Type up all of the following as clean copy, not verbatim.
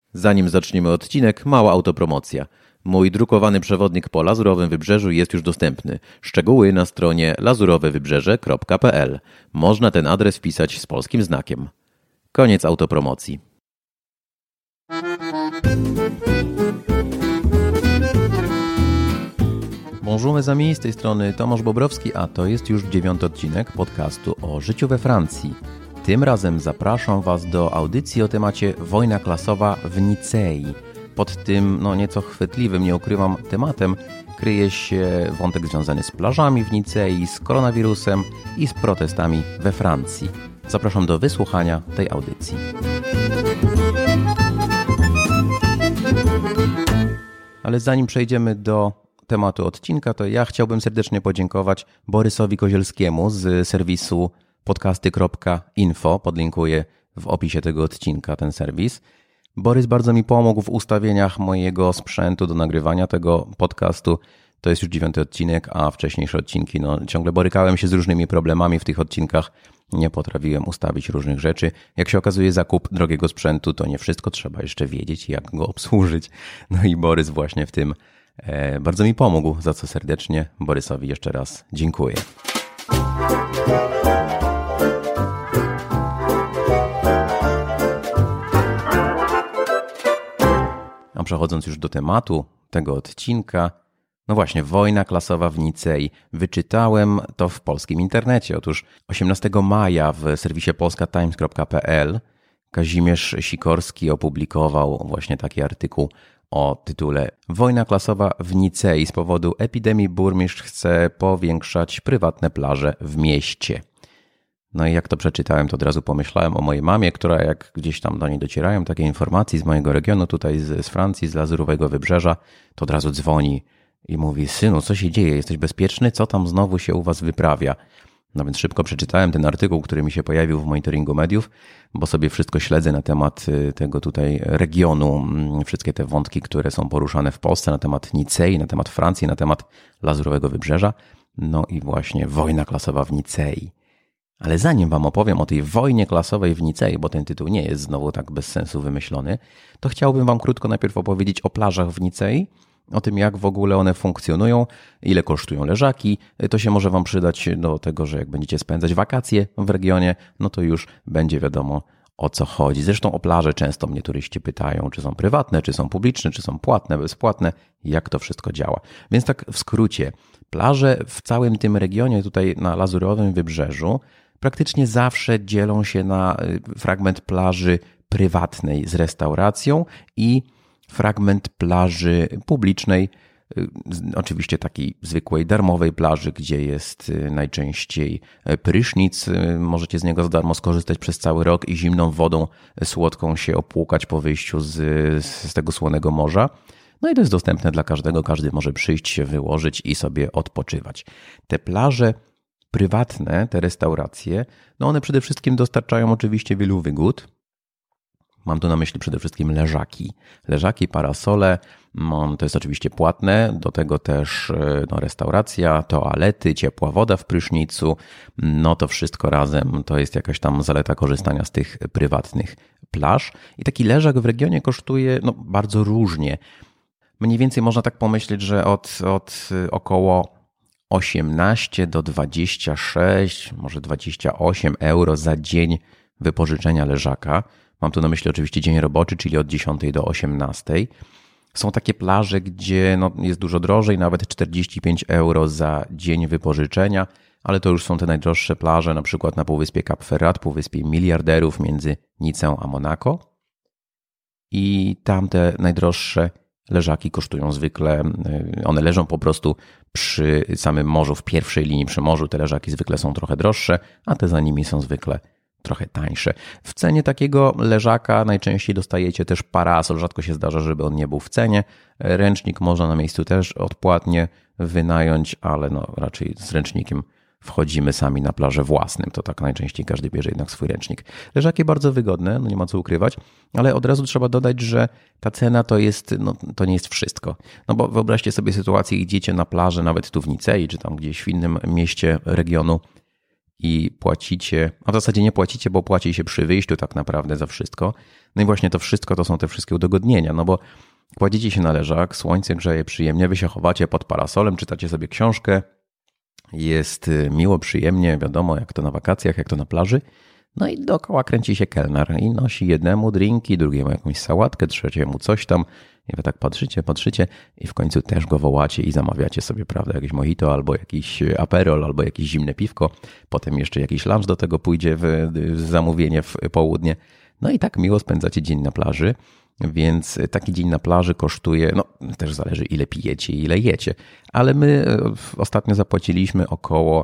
Zanim zaczniemy odcinek, mała autopromocja. Mój drukowany przewodnik po Lazurowym Wybrzeżu jest już dostępny. Szczegóły na stronie lazurowewybrzeże.pl. Można ten adres wpisać z polskim znakiem. Koniec autopromocji. Bonjour mes amis, z tej strony Tomasz Bobrowski, a to jest już 9. odcinek podcastu o życiu we Francji. Tym razem zapraszam Was do audycji o temacie wojna klasowa w Nicei. Pod tym, nieco chwytliwym, nie ukrywam, tematem kryje się wątek związany z plażami w Nicei, z koronawirusem i z protestami we Francji. Zapraszam do wysłuchania tej audycji. Ale zanim przejdziemy do tematu odcinka, to ja chciałbym serdecznie podziękować Borysowi Kozielskiemu z serwisu podcasty.info. Podlinkuję w opisie tego odcinka ten serwis. Borys bardzo mi pomógł w ustawieniach mojego sprzętu do nagrywania tego podcastu. To jest już 9. odcinek, a wcześniejsze odcinki, ciągle borykałem się z różnymi problemami w tych odcinkach. Nie potrafiłem ustawić różnych rzeczy. Jak się okazuje, zakup drogiego sprzętu to nie wszystko, trzeba jeszcze wiedzieć, jak go obsłużyć. I Borys właśnie w tym bardzo mi pomógł, za co serdecznie Borysowi jeszcze raz dziękuję. A przechodząc już do tematu tego odcinka, właśnie, wojna klasowa w Nicei. Wyczytałem to w polskim internecie. Otóż 18 maja w serwisie polskatimes.pl Kazimierz Sikorski opublikował właśnie taki artykuł o tytule Wojna klasowa w Nicei. Z powodu epidemii burmistrz chce powiększać prywatne plaże w mieście. I jak to przeczytałem, to od razu pomyślałem o mojej mamie, która jak gdzieś tam do niej docierają takie informacje z mojego regionu, tutaj z Francji, z Lazurowego Wybrzeża, to od razu dzwoni i mówi: synu, co się dzieje? Jesteś bezpieczny? Co tam znowu się u was wyprawia? Więc szybko przeczytałem ten artykuł, który mi się pojawił w monitoringu mediów, bo sobie wszystko śledzę na temat tego tutaj regionu, wszystkie te wątki, które są poruszane w Polsce, na temat Nicei, na temat Francji, na temat Lazurowego Wybrzeża. I właśnie wojna klasowa w Nicei. Ale zanim wam opowiem o tej wojnie klasowej w Nicei, bo ten tytuł nie jest znowu tak bez sensu wymyślony, to chciałbym wam krótko najpierw opowiedzieć o plażach w Nicei, o tym, jak w ogóle one funkcjonują, ile kosztują leżaki. To się może wam przydać do tego, że jak będziecie spędzać wakacje w regionie, to już będzie wiadomo, o co chodzi. Zresztą o plaże często mnie turyści pytają, czy są prywatne, czy są publiczne, czy są płatne, bezpłatne, jak to wszystko działa. Więc tak w skrócie, plaże w całym tym regionie tutaj na Lazurowym Wybrzeżu praktycznie zawsze dzielą się na fragment plaży prywatnej z restauracją i fragment plaży publicznej, oczywiście takiej zwykłej, darmowej plaży, gdzie jest najczęściej prysznic. Możecie z niego za darmo skorzystać przez cały rok i zimną wodą słodką się opłukać po wyjściu z tego słonego morza. I to jest dostępne dla każdego, każdy może przyjść się wyłożyć i sobie odpoczywać. Te plaże prywatne, te restauracje, one przede wszystkim dostarczają oczywiście wielu wygód. Mam tu na myśli przede wszystkim leżaki. Leżaki, parasole, to jest oczywiście płatne, do tego też restauracja, toalety, ciepła woda w prysznicu. To wszystko razem to jest jakaś tam zaleta korzystania z tych prywatnych plaż. I taki leżak w regionie kosztuje bardzo różnie. Mniej więcej można tak pomyśleć, że od około 18 do 26, może 28 euro za dzień wypożyczenia leżaka. Mam tu na myśli oczywiście dzień roboczy, czyli od 10 do 18. Są takie plaże, gdzie jest dużo drożej, nawet 45 euro za dzień wypożyczenia, ale to już są te najdroższe plaże, na przykład na półwyspie Cap Ferrat, półwyspie miliarderów między Nicą a Monako. I tamte najdroższe leżaki kosztują zwykle, one leżą po prostu przy samym morzu, w pierwszej linii przy morzu. Te leżaki zwykle są trochę droższe, a te za nimi są zwykle trochę tańsze. W cenie takiego leżaka najczęściej dostajecie też parasol. Rzadko się zdarza, żeby on nie był w cenie. Ręcznik można na miejscu też odpłatnie wynająć, ale raczej z ręcznikiem wchodzimy sami na plażę własnym. To tak najczęściej każdy bierze jednak swój ręcznik. Leżaki bardzo wygodne, nie ma co ukrywać, ale od razu trzeba dodać, że ta cena to nie jest wszystko. Bo wyobraźcie sobie sytuację, idziecie na plażę nawet tu w Nicei, czy tam gdzieś w innym mieście regionu i płacicie, a w zasadzie nie płacicie, bo płaci się przy wyjściu tak naprawdę za wszystko. No i właśnie to wszystko to są te wszystkie udogodnienia, no bo kładziecie się na leżak, słońce grzeje przyjemnie, wy się chowacie pod parasolem, czytacie sobie książkę, jest miło, przyjemnie, wiadomo jak to na wakacjach, jak to na plaży. No i dookoła kręci się kelner i nosi jednemu drinki, drugiemu jakąś sałatkę, trzeciemu coś tam. I wy tak patrzycie i w końcu też go wołacie i zamawiacie sobie, prawda, jakieś mojito albo jakiś aperol, albo jakieś zimne piwko. Potem jeszcze jakiś lunch do tego pójdzie w zamówienie w południe. No i tak miło spędzacie dzień na plaży. Więc taki dzień na plaży kosztuje, no też zależy ile pijecie i ile jecie. Ale my ostatnio zapłaciliśmy około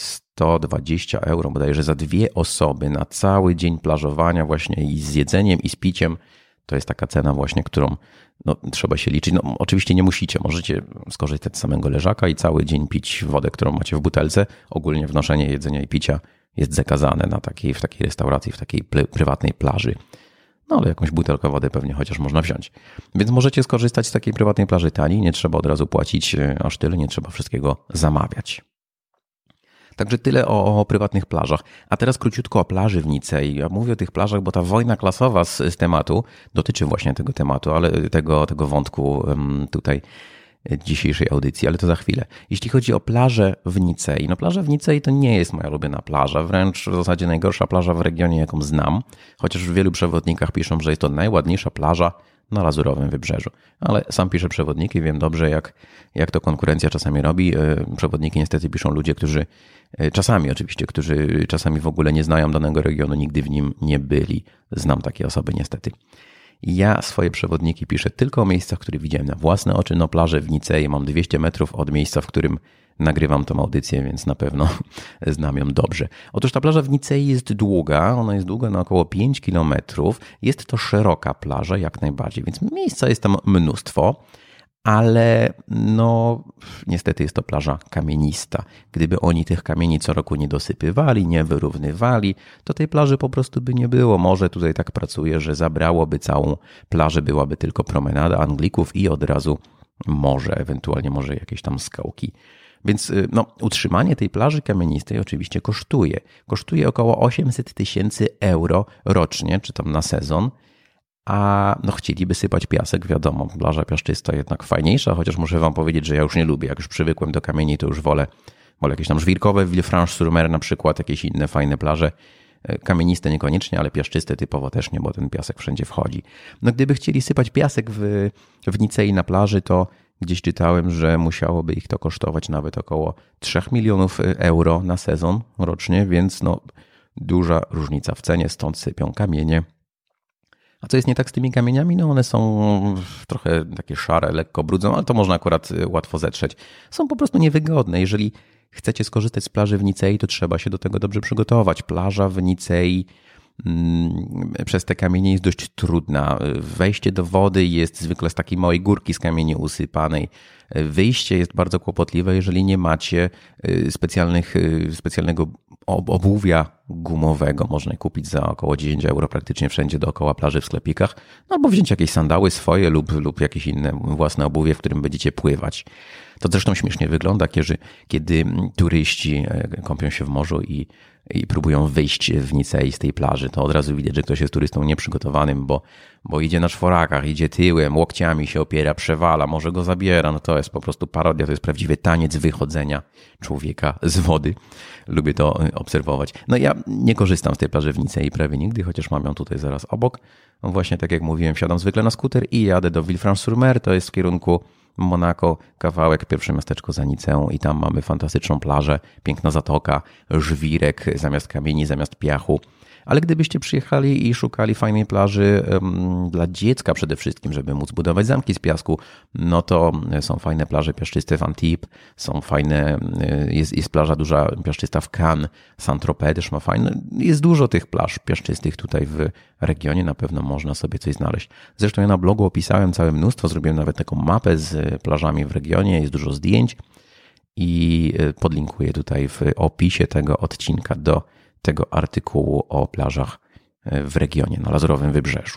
120 euro bodajże za 2 osoby na cały dzień plażowania właśnie i z jedzeniem i z piciem. To jest taka cena właśnie, którą no, trzeba się liczyć. No, oczywiście nie musicie, możecie skorzystać z samego leżaka i cały dzień pić wodę, którą macie w butelce. Ogólnie wnoszenie jedzenia i picia jest zakazane w takiej restauracji, w takiej prywatnej plaży. No ale jakąś butelkę wody pewnie chociaż można wziąć. Więc możecie skorzystać z takiej prywatnej plaży taniej, nie trzeba od razu płacić aż tyle, nie trzeba wszystkiego zamawiać. Także tyle o prywatnych plażach. A teraz króciutko o plaży w Nicei. Ja mówię o tych plażach, bo ta wojna klasowa z tematu dotyczy właśnie tego tematu, ale tego wątku tutaj dzisiejszej audycji, ale to za chwilę. Jeśli chodzi o plażę w Nicei, no plaża w Nicei to nie jest moja ulubiona plaża, wręcz w zasadzie najgorsza plaża w regionie, jaką znam, chociaż w wielu przewodnikach piszą, że jest to najładniejsza plaża na Lazurowym Wybrzeżu. Ale sam piszę przewodniki, wiem dobrze jak to konkurencja czasami robi. Przewodniki niestety piszą ludzie, którzy czasami w ogóle nie znają danego regionu, nigdy w nim nie byli. Znam takie osoby niestety. Ja swoje przewodniki piszę tylko o miejscach, które widziałem na własne oczy. No plażę w Nicei mam 200 metrów od miejsca, w którym nagrywam tą audycję, więc na pewno znam ją dobrze. Otóż ta plaża w Nicei jest długa, ona jest długa na około 5 kilometrów. Jest to szeroka plaża jak najbardziej, więc miejsca jest tam mnóstwo. Ale no niestety jest to plaża kamienista. Gdyby oni tych kamieni co roku nie dosypywali, nie wyrównywali, to tej plaży po prostu by nie było. Może tutaj tak pracuje, że zabrałoby całą plażę, byłaby tylko promenada Anglików i od razu morze, ewentualnie może jakieś tam skałki. Więc no, utrzymanie tej plaży kamienistej oczywiście kosztuje. Kosztuje około 800 000 euro rocznie, czy tam na sezon. A no chcieliby sypać piasek, wiadomo, plaża piaszczysta jednak fajniejsza, chociaż muszę wam powiedzieć, że ja już nie lubię, jak już przywykłem do kamieni, to już wolę jakieś tam żwirkowe, Villefranche-sur-Mer na przykład, jakieś inne fajne plaże, kamieniste niekoniecznie, ale piaszczyste typowo też nie, bo ten piasek wszędzie wchodzi. No gdyby chcieli sypać piasek w Nicei na plaży, to gdzieś czytałem, że musiałoby ich to kosztować nawet około 3 milionów euro na sezon rocznie, więc no duża różnica w cenie, stąd sypią kamienie. A co jest nie tak z tymi kamieniami? No one są trochę takie szare, lekko brudzą, ale to można akurat łatwo zetrzeć. Są po prostu niewygodne. Jeżeli chcecie skorzystać z plaży w Nicei, to trzeba się do tego dobrze przygotować. Plaża w Nicei przez te kamienie jest dość trudna. Wejście do wody jest zwykle z takiej małej górki z kamieni usypanej. Wyjście jest bardzo kłopotliwe, jeżeli nie macie specjalnego obuwia gumowego. Można je kupić za około 10 euro praktycznie wszędzie dookoła plaży w sklepikach. No, albo wziąć jakieś sandały swoje lub jakieś inne własne obuwie, w którym będziecie pływać. To zresztą śmiesznie wygląda, kiedy turyści kąpią się w morzu i próbują wyjść w Nicei z tej plaży. To od razu widać, że ktoś jest turystą nieprzygotowanym, bo idzie na czworakach, idzie tyłem, łokciami się opiera, przewala, może go zabiera. No to jest po prostu parodia, to jest prawdziwy taniec wychodzenia człowieka z wody. Lubię to obserwować. No ja nie korzystam z tej plaży w Nicei prawie nigdy, chociaż mam ją tutaj zaraz obok. No właśnie tak jak mówiłem, wsiadam zwykle na skuter i jadę do Villefranche-sur-Mer, to jest w kierunku Monako, kawałek, pierwsze miasteczko za Niceą i tam mamy fantastyczną plażę, piękna zatoka, żwirek zamiast kamieni, zamiast piachu. Ale gdybyście przyjechali i szukali fajnej plaży dla dziecka przede wszystkim, żeby móc budować zamki z piasku, no to są fajne plaże piaszczyste w Antibes, są fajne, jest plaża duża piaszczysta w Cannes, Saint-Tropez też ma fajne. Jest dużo tych plaż piaszczystych tutaj w regionie, na pewno można sobie coś znaleźć. Zresztą ja na blogu opisałem całe mnóstwo, zrobiłem nawet taką mapę z plażami w regionie, jest dużo zdjęć i podlinkuję tutaj w opisie tego odcinka do tego artykułu o plażach w regionie na Lazurowym Wybrzeżu.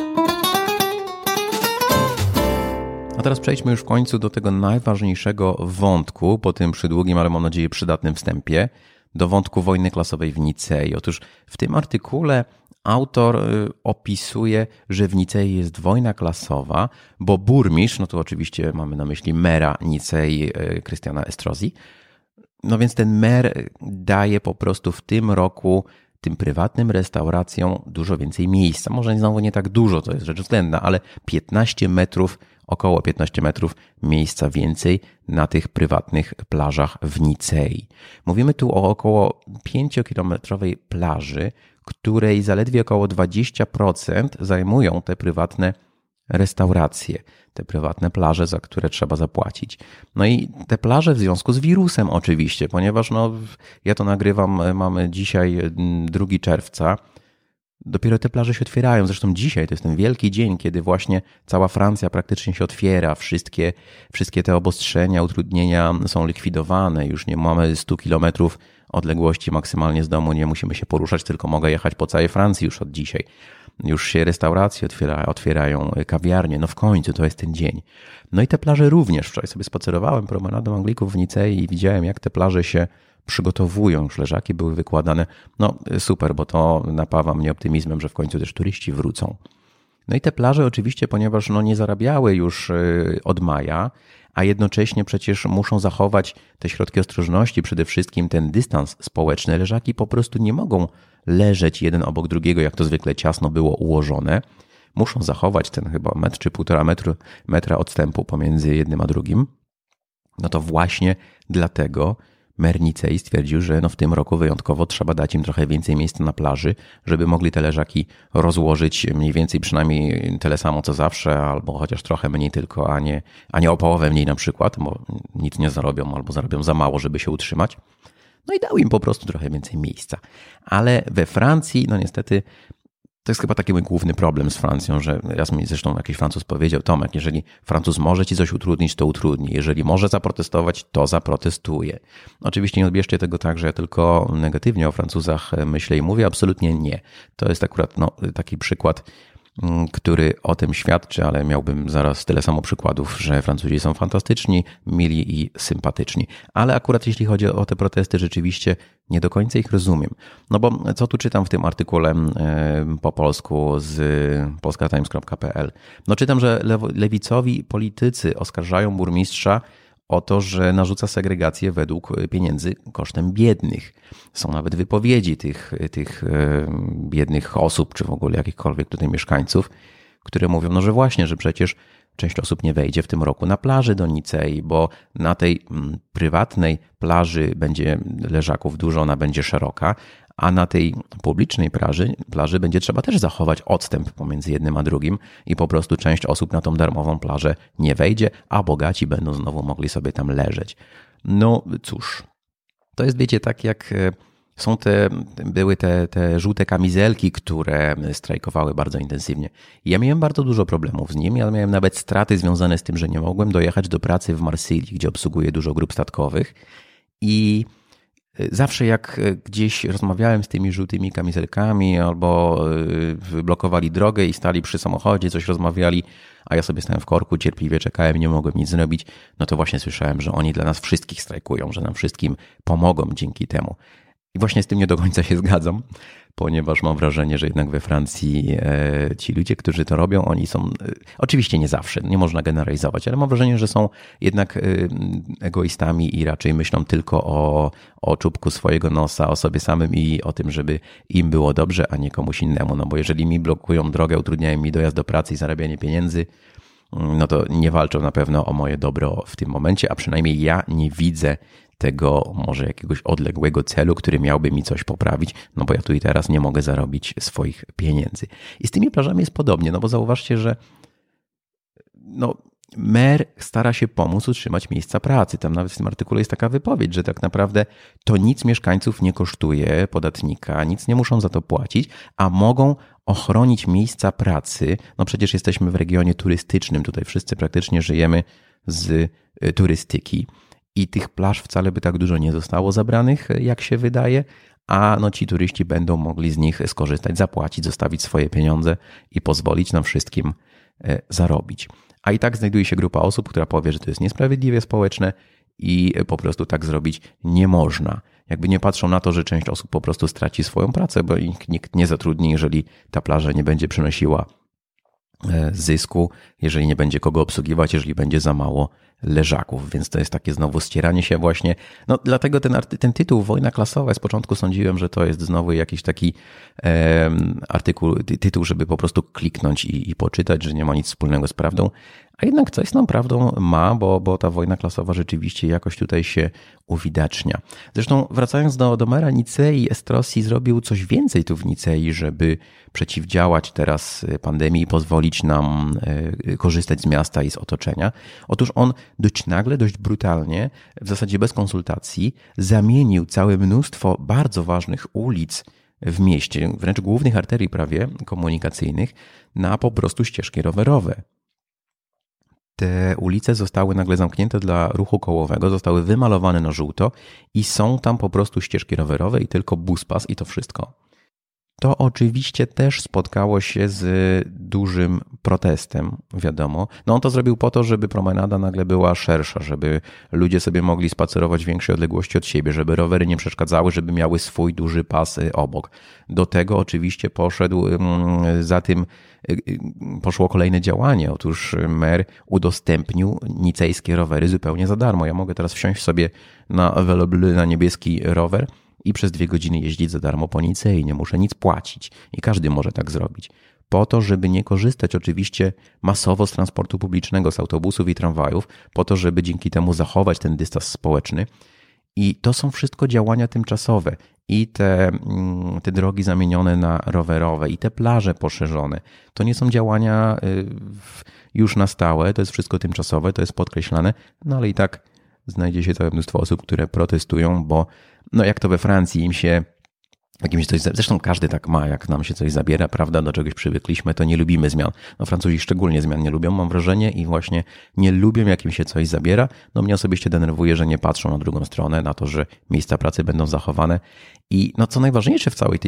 A teraz przejdźmy już w końcu do tego najważniejszego wątku po tym przydługim, ale mam nadzieję przydatnym wstępie. do wątku wojny klasowej w Nicei. Otóż w tym artykule autor opisuje, że w Nicei jest wojna klasowa, bo burmistrz, no tu oczywiście mamy na myśli mera Nicei, Cristiana Estrosi, no więc ten mer daje po prostu w tym roku tym prywatnym restauracjom dużo więcej miejsca. Może znowu nie tak dużo, to jest rzecz względna, ale 15 metrów, około 15 metrów miejsca więcej na tych prywatnych plażach w Nicei. Mówimy tu o około 5-kilometrowej plaży, której zaledwie około 20% zajmują te prywatne restauracje, te prywatne plaże, za które trzeba zapłacić. No i te plaże w związku z wirusem oczywiście, ponieważ ja to nagrywam, mamy dzisiaj 2 czerwca, dopiero te plaże się otwierają. Zresztą dzisiaj to jest ten wielki dzień, kiedy właśnie cała Francja praktycznie się otwiera. Wszystkie te obostrzenia, utrudnienia są likwidowane. Już nie mamy 100 kilometrów odległości maksymalnie z domu. Nie musimy się poruszać, tylko mogę jechać po całej Francji już od dzisiaj. Już się restauracje otwierają, kawiarnie. No w końcu to jest ten dzień. No i te plaże również. Wczoraj sobie spacerowałem promenadą Anglików w Nicei i widziałem, jak te plaże się przygotowują, już leżaki były wykładane. No super, bo to napawa mnie optymizmem, że w końcu też turyści wrócą. No i te plaże oczywiście, ponieważ nie zarabiały już od maja, a jednocześnie przecież muszą zachować te środki ostrożności, przede wszystkim ten dystans społeczny. Leżaki po prostu nie mogą leżeć jeden obok drugiego, jak to zwykle ciasno było ułożone. Muszą zachować ten chyba 1 czy 1,5 metra odstępu pomiędzy jednym a drugim. No to właśnie dlatego mer Nicei stwierdził, że w tym roku wyjątkowo trzeba dać im trochę więcej miejsca na plaży, żeby mogli te leżaki rozłożyć mniej więcej przynajmniej tyle samo co zawsze, albo chociaż trochę mniej tylko, a nie o połowę mniej na przykład, bo nic nie zarobią albo zarobią za mało, żeby się utrzymać. No i dał im po prostu trochę więcej miejsca. Ale we Francji, niestety, to jest chyba taki mój główny problem z Francją, że raz mi zresztą jakiś Francuz powiedział: Tomek, jeżeli Francuz może ci coś utrudnić, to utrudni. Jeżeli może zaprotestować, to zaprotestuje. Oczywiście nie odbierzcie tego tak, że ja tylko negatywnie o Francuzach myślę i mówię. Absolutnie nie. To jest akurat taki przykład, który o tym świadczy, ale miałbym zaraz tyle samo przykładów, że Francuzi są fantastyczni, mili i sympatyczni. Ale akurat jeśli chodzi o te protesty, rzeczywiście nie do końca ich rozumiem. Bo co tu czytam w tym artykule po polsku z polskatimes.pl? Czytam, że lewicowi politycy oskarżają burmistrza o to, że narzuca segregację według pieniędzy kosztem biednych. Są nawet wypowiedzi tych biednych osób, czy w ogóle jakichkolwiek tutaj mieszkańców, które mówią, że właśnie, że przecież część osób nie wejdzie w tym roku na plaży do Nicei, bo na tej prywatnej plaży będzie leżaków dużo, ona będzie szeroka, a na tej publicznej plaży będzie trzeba też zachować odstęp pomiędzy jednym a drugim i po prostu część osób na tą darmową plażę nie wejdzie, a bogaci będą znowu mogli sobie tam leżeć. No cóż, to jest, wiecie, tak jak były te żółte kamizelki, które strajkowały bardzo intensywnie. Ja miałem bardzo dużo problemów z nimi, ale miałem nawet straty związane z tym, że nie mogłem dojechać do pracy w Marsylii, gdzie obsługuję dużo grup statkowych i zawsze jak gdzieś rozmawiałem z tymi żółtymi kamizelkami albo blokowali drogę i stali przy samochodzie, coś rozmawiali, a ja sobie stałem w korku, cierpliwie czekałem, nie mogłem nic zrobić, to właśnie słyszałem, że oni dla nas wszystkich strajkują, że nam wszystkim pomogą dzięki temu. I właśnie z tym nie do końca się zgadzam, ponieważ mam wrażenie, że jednak we Francji ci ludzie, którzy to robią, oni są, oczywiście nie zawsze, nie można generalizować, ale mam wrażenie, że są jednak egoistami i raczej myślą tylko o czubku swojego nosa, o sobie samym i o tym, żeby im było dobrze, a nie komuś innemu. Bo jeżeli mi blokują drogę, utrudniają mi dojazd do pracy i zarabianie pieniędzy, to nie walczą na pewno o moje dobro w tym momencie, a przynajmniej ja nie widzę tego może jakiegoś odległego celu, który miałby mi coś poprawić, bo ja tu i teraz nie mogę zarobić swoich pieniędzy. I z tymi plażami jest podobnie, bo zauważcie, że mer stara się pomóc utrzymać miejsca pracy. Tam nawet w tym artykule jest taka wypowiedź, że tak naprawdę to nic mieszkańców nie kosztuje, podatnika, nic nie muszą za to płacić, a mogą ochronić miejsca pracy. Przecież jesteśmy w regionie turystycznym, tutaj wszyscy praktycznie żyjemy z turystyki. I tych plaż wcale by tak dużo nie zostało zabranych, jak się wydaje, a ci turyści będą mogli z nich skorzystać, zapłacić, zostawić swoje pieniądze i pozwolić nam wszystkim zarobić. A i tak znajduje się grupa osób, która powie, że to jest niesprawiedliwie społeczne i po prostu tak zrobić nie można. jakby nie patrzą na to, że część osób po prostu straci swoją pracę, bo ich nikt nie zatrudni, jeżeli ta plaża nie będzie przynosiła zysku, jeżeli nie będzie kogo obsługiwać, jeżeli będzie za mało leżaków, więc to jest takie znowu ścieranie się właśnie. No dlatego ten tytuł Wojna klasowa, z początku sądziłem, że to jest znowu jakiś taki tytuł, żeby po prostu kliknąć i poczytać, że nie ma nic wspólnego z prawdą, a jednak coś z tą prawdą ma, bo ta wojna klasowa rzeczywiście jakoś tutaj się uwidacznia. Zresztą wracając do mera Nicei, Estrossi zrobił coś więcej tu w Nicei, żeby przeciwdziałać teraz pandemii i pozwolić nam korzystać z miasta i z otoczenia. Otóż on dość nagle, dość brutalnie, w zasadzie bez konsultacji, zamienił całe mnóstwo bardzo ważnych ulic w mieście, wręcz głównych arterii prawie komunikacyjnych, na po prostu ścieżki rowerowe. Te ulice zostały nagle zamknięte dla ruchu kołowego, zostały wymalowane na żółto i są tam po prostu ścieżki rowerowe i tylko buspas i to wszystko. To oczywiście też spotkało się z dużym protestem, wiadomo. No on to zrobił po to, żeby promenada nagle była szersza, żeby ludzie sobie mogli spacerować większej odległości od siebie, żeby rowery nie przeszkadzały, żeby miały swój duży pas obok. Do tego oczywiście poszło kolejne działanie. Otóż mer udostępnił nicejskie rowery zupełnie za darmo. Ja mogę teraz wsiąść sobie na Velo Bleu, na niebieski rower i przez 2 godziny jeździć za darmo po Nicei. Nie muszę nic płacić. I każdy może tak zrobić. Po to, żeby nie korzystać oczywiście masowo z transportu publicznego, z autobusów i tramwajów, po to, żeby dzięki temu zachować ten dystans społeczny. I to są wszystko działania tymczasowe. I te drogi zamienione na rowerowe, i te plaże poszerzone. To nie są działania już na stałe, to jest wszystko tymczasowe, to jest podkreślane, no ale i tak znajdzie się całe mnóstwo osób, które protestują, bo no jak to we Francji im się coś, zresztą każdy tak ma, jak nam się coś zabiera, prawda, do czegoś przywykliśmy, to nie lubimy zmian. No Francuzi szczególnie zmian nie lubią, mam wrażenie, i właśnie nie lubią, jak im się coś zabiera. No mnie osobiście denerwuje, że nie patrzą na drugą stronę, na to, że miejsca pracy będą zachowane. I no co najważniejsze w całym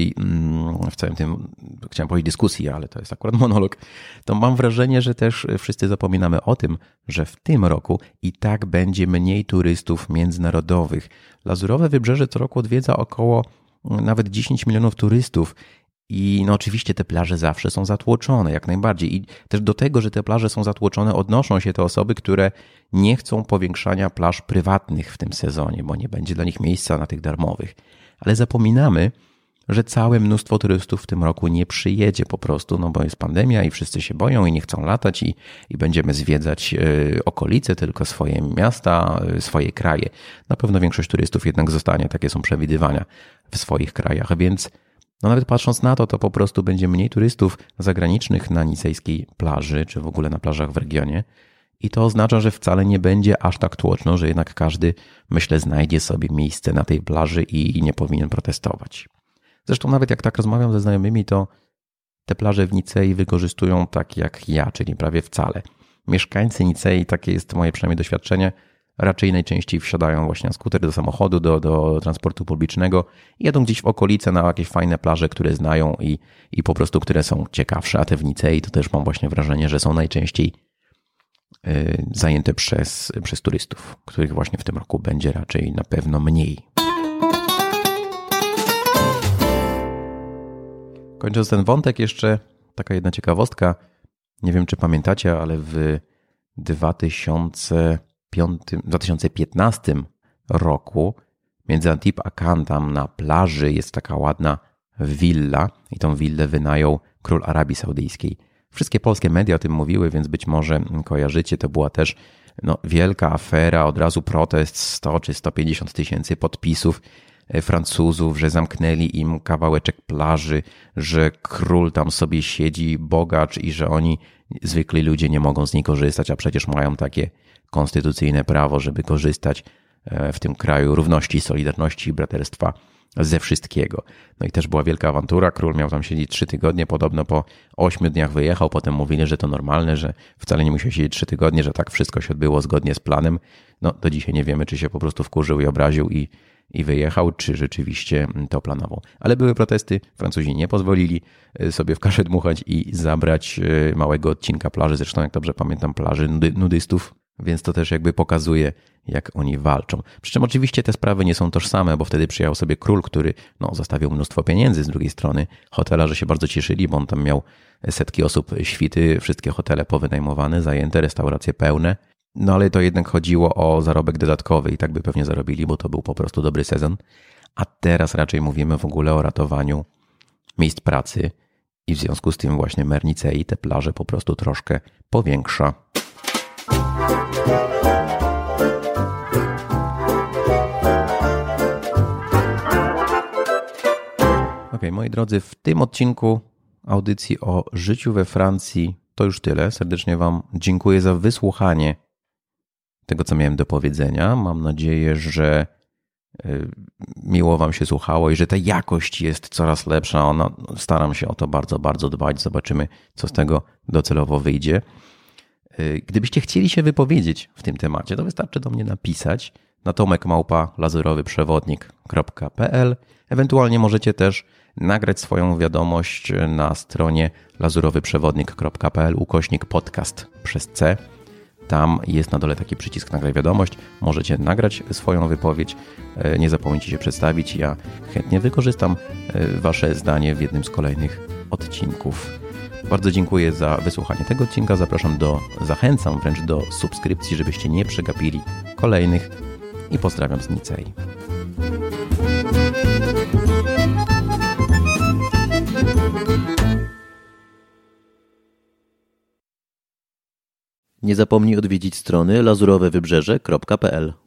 tym, chciałem powiedzieć dyskusji, ale to jest akurat monolog, to mam wrażenie, że też wszyscy zapominamy o tym, że w tym roku i tak będzie mniej turystów międzynarodowych. Lazurowe Wybrzeże co roku odwiedza około nawet 10 milionów turystów i no oczywiście te plaże zawsze są zatłoczone, jak najbardziej. I też do tego, że te plaże są zatłoczone, odnoszą się te osoby, które nie chcą powiększania plaż prywatnych w tym sezonie, bo nie będzie dla nich miejsca na tych darmowych. Ale zapominamy, że całe mnóstwo turystów w tym roku nie przyjedzie po prostu, no bo jest pandemia i wszyscy się boją i nie chcą latać i będziemy zwiedzać okolice, tylko swoje miasta, swoje kraje. Na pewno większość turystów jednak zostanie, takie są przewidywania w swoich krajach, więc no nawet patrząc na to, to po prostu będzie mniej turystów zagranicznych na nicejskiej plaży, czy w ogóle na plażach w regionie. I to oznacza, że wcale nie będzie aż tak tłoczno, że jednak każdy, myślę, znajdzie sobie miejsce na tej plaży i nie powinien protestować. Zresztą nawet jak tak rozmawiam ze znajomymi, to te plaże w Nicei wykorzystują tak jak ja, czyli prawie wcale. Mieszkańcy Nicei, takie jest moje przynajmniej doświadczenie, raczej najczęściej wsiadają właśnie na skuter do samochodu, do transportu publicznego i jadą gdzieś w okolice na jakieś fajne plaże, które znają i po prostu które są ciekawsze. A te w Nicei to też mam właśnie wrażenie, że są najczęściej zajęte przez turystów, których właśnie w tym roku będzie raczej na pewno mniej. Kończąc ten wątek, jeszcze taka jedna ciekawostka. Nie wiem, czy pamiętacie, ale w 2015 roku między Antibes a Cannes tam na plaży jest taka ładna willa i tą willę wynajął król Arabii Saudyjskiej. Wszystkie polskie media o tym mówiły, więc być może kojarzycie. To była też wielka afera, od razu protest, 100 czy 150 tysięcy podpisów Francuzów, że zamknęli im kawałeczek plaży, że król tam sobie siedzi, bogacz i że oni, zwykli ludzie, nie mogą z niej korzystać, a przecież mają takie konstytucyjne prawo, żeby korzystać w tym kraju równości, solidarności i braterstwa ze wszystkiego. No i też była wielka awantura, król miał tam siedzieć 3 tygodnie, podobno po 8 dniach wyjechał, potem mówili, że to normalne, że wcale nie musiał siedzieć 3 tygodnie, że tak wszystko się odbyło zgodnie z planem. No do dzisiaj nie wiemy, czy się po prostu wkurzył i obraził i wyjechał, czy rzeczywiście to planował. Ale były protesty, Francuzi nie pozwolili sobie w kaszę dmuchać i zabrać małego odcinka plaży, zresztą jak dobrze pamiętam plaży nudystów, Więc to też jakby pokazuje, jak oni walczą. Przy czym oczywiście te sprawy nie są tożsame, bo wtedy przyjechał sobie król, który zostawił mnóstwo pieniędzy z drugiej strony. Hotelarze się bardzo cieszyli, bo on tam miał setki osób, świty, wszystkie hotele powynajmowane, zajęte, restauracje pełne. No ale to jednak chodziło o zarobek dodatkowy i tak by pewnie zarobili, bo to był po prostu dobry sezon. A teraz raczej mówimy w ogóle o ratowaniu miejsc pracy i w związku z tym właśnie mer Nicei te plaże po prostu troszkę powiększa. Okej, moi drodzy, w tym odcinku audycji o życiu we Francji to już tyle. Serdecznie Wam dziękuję za wysłuchanie tego, co miałem do powiedzenia. Mam nadzieję, że miło Wam się słuchało i że ta jakość jest coraz lepsza. Staram się o to bardzo, bardzo dbać. Zobaczymy, co z tego docelowo wyjdzie. Gdybyście chcieli się wypowiedzieć w tym temacie, to wystarczy do mnie napisać na tomek@lazurowyprzewodnik.pl. Ewentualnie możecie też nagrać swoją wiadomość na stronie lazurowyprzewodnik.pl /podcast przez C. Tam jest na dole taki przycisk nagraj wiadomość. Możecie nagrać swoją wypowiedź. Nie zapomnijcie się przedstawić. Ja chętnie wykorzystam Wasze zdanie w jednym z kolejnych odcinków. Bardzo dziękuję za wysłuchanie tego odcinka. Zachęcam wręcz do subskrypcji, żebyście nie przegapili kolejnych i pozdrawiam z Nicei. Nie zapomnij odwiedzić strony lazurowewybrzeże.pl.